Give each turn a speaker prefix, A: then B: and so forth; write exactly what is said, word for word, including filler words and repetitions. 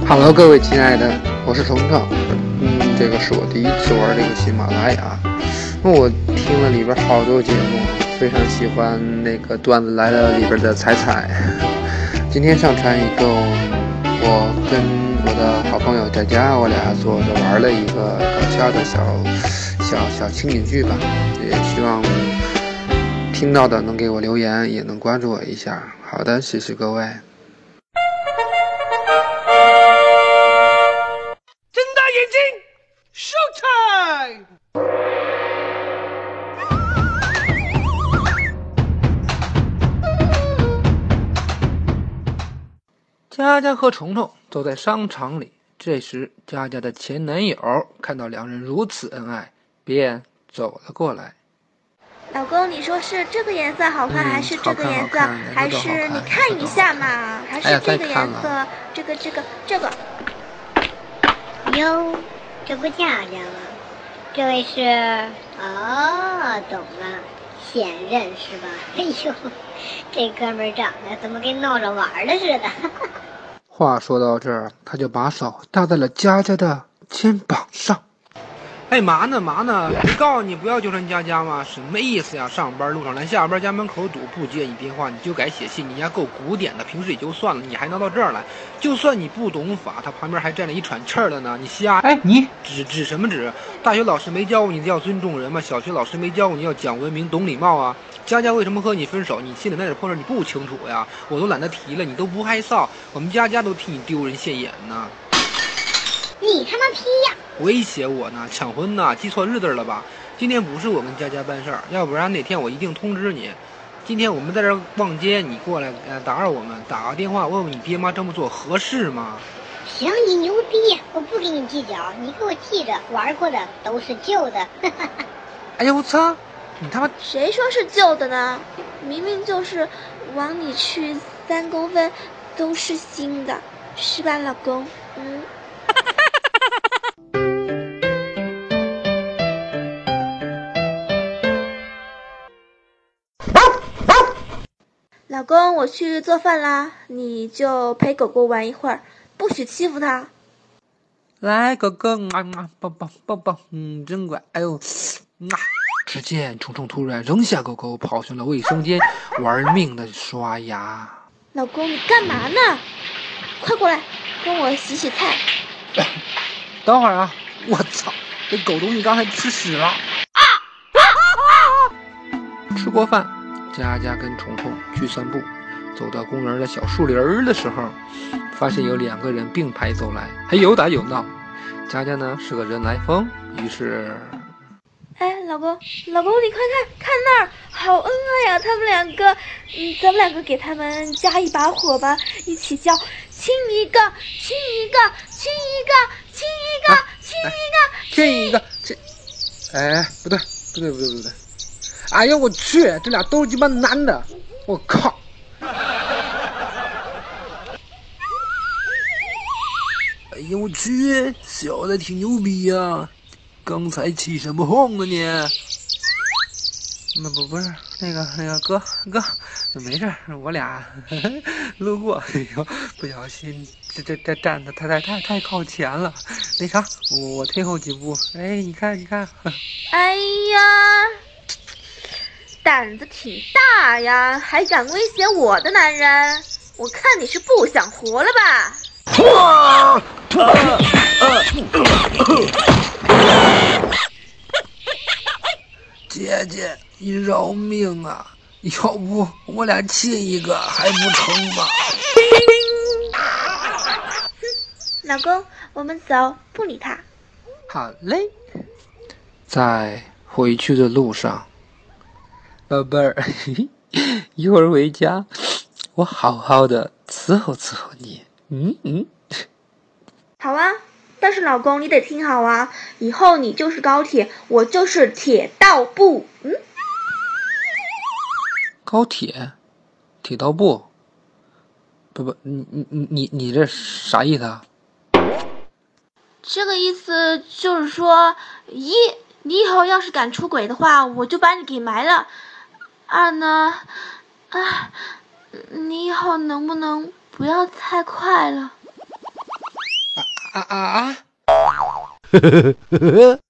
A: Hello， 各位亲爱的，我是程程。嗯，这个是我第一次玩这个喜马拉雅。我听了里边好多节目，非常喜欢那个段子来了里边的彩彩。今天上传一个，我跟我的好朋友佳佳，我俩做着玩了一个搞笑的小小小情景剧吧。也希望听到的能给我留言，也能关注我一下。好的，谢谢各位。
B: Showtime！
A: 佳佳和虫虫走在商场里，这时佳佳的前男友看到两人如此恩爱，便走了过来。
C: 老公，你说是这个颜色好看，
A: 嗯、
C: 还是这个颜色？还是你
A: 看
C: 一下嘛？还是这个颜色？
A: 哎、
C: 这个这个这个。
D: 哟，这不佳佳吗？这位是哦，懂了，现任是吧？哎呦，这哥们儿长得怎么跟闹着玩的似的？
A: 话说到这儿，他就把手搭在了佳佳的肩膀上。
B: 哎，嘛呢嘛呢？没告诉你不要纠缠佳佳吗？什么意思呀？上班路上来，下班家门口堵，不接你电话你就改写信，你家够古典的。平时也就算了，你还闹到这儿来。就算你不懂法，他旁边还站了一喘气儿的呢。你瞎
A: 哎，你
B: 指指什么指？大学老师没教过你要尊重人吗？小学老师没教过你要讲文明、懂礼貌啊？佳佳为什么和你分手？你心里那点破事你不清楚呀？我都懒得提了，你都不害臊，我们佳佳都替你丢人现眼呢。
D: 你他妈批呀！
B: 威胁我呢？抢婚呢？记错日子了吧？今天不是我跟佳佳办事儿，要不然哪天我一定通知你。今天我们在这儿逛街，你过来呃打扰我们，打个电话问问你爹妈这么做合适吗？
D: 行，你牛逼，我不跟你计较，你给我记着，玩过的都是旧的。
B: 哎呦我操！你他妈
C: 谁说是旧的呢？明明就是往里去三公分，都是新的，是吧，老公？嗯。老公，我去做饭啦，你就陪狗狗玩一会儿，不许欺负它。
B: 来，狗狗，啊啊，抱抱抱抱，嗯，真乖。哎呦，啊！只见虫虫突然扔下狗狗，跑向了卫生间，玩命的刷牙。
C: 老公，你干嘛呢？快过来，跟我洗洗菜。
B: 等会儿啊！我操，这狗东西刚才吃屎了。啊！
A: 吃过饭，佳佳跟虫虫去散步，走到公园的小树林儿的时候，发现有两个人并排走来，还有打有闹。佳佳呢是个人来疯，于是，
C: 哎，老公，老公，你快看，看那儿，好恩爱呀！他们两个，嗯，咱们两个给他们加一把火吧，一起叫，亲一个，亲一个，亲一个，亲一个，亲一个，
B: 亲一个，亲。哎，不对，不对，不对，不对！哎呀，我去，这俩都是鸡巴男的，我靠！哎呀，我去，小的挺牛逼呀、啊！刚才起什么哄啊你？那不不是那个那个哥哥，没事，我俩呵呵路过，哎呦，不小心这这这站的太太太太靠前了，那啥，我我退后几步，哎，你看你看，
C: 哎呀，胆子挺大呀，还敢威胁我的男人，我看你是不想活了吧？
B: 哇！姐姐，你饶命啊！要不我俩亲一个还不成吗？
C: 老公，我们走，不理他。
A: 好嘞。在回去的路上，宝贝儿，一会儿回家，我好好的伺候伺候你。嗯嗯。
C: 好啊，但是老公你得听好啊，以后你就是高铁，我就是铁道部。嗯。
A: 高铁，铁道部。不不，你你你你你这啥意思啊？
C: 这个意思就是说，一，你以后要是敢出轨的话，我就把你给埋了。二呢，啊，你以后能不能不要太快了？
B: 啊啊啊！
E: 呵呵呵呵。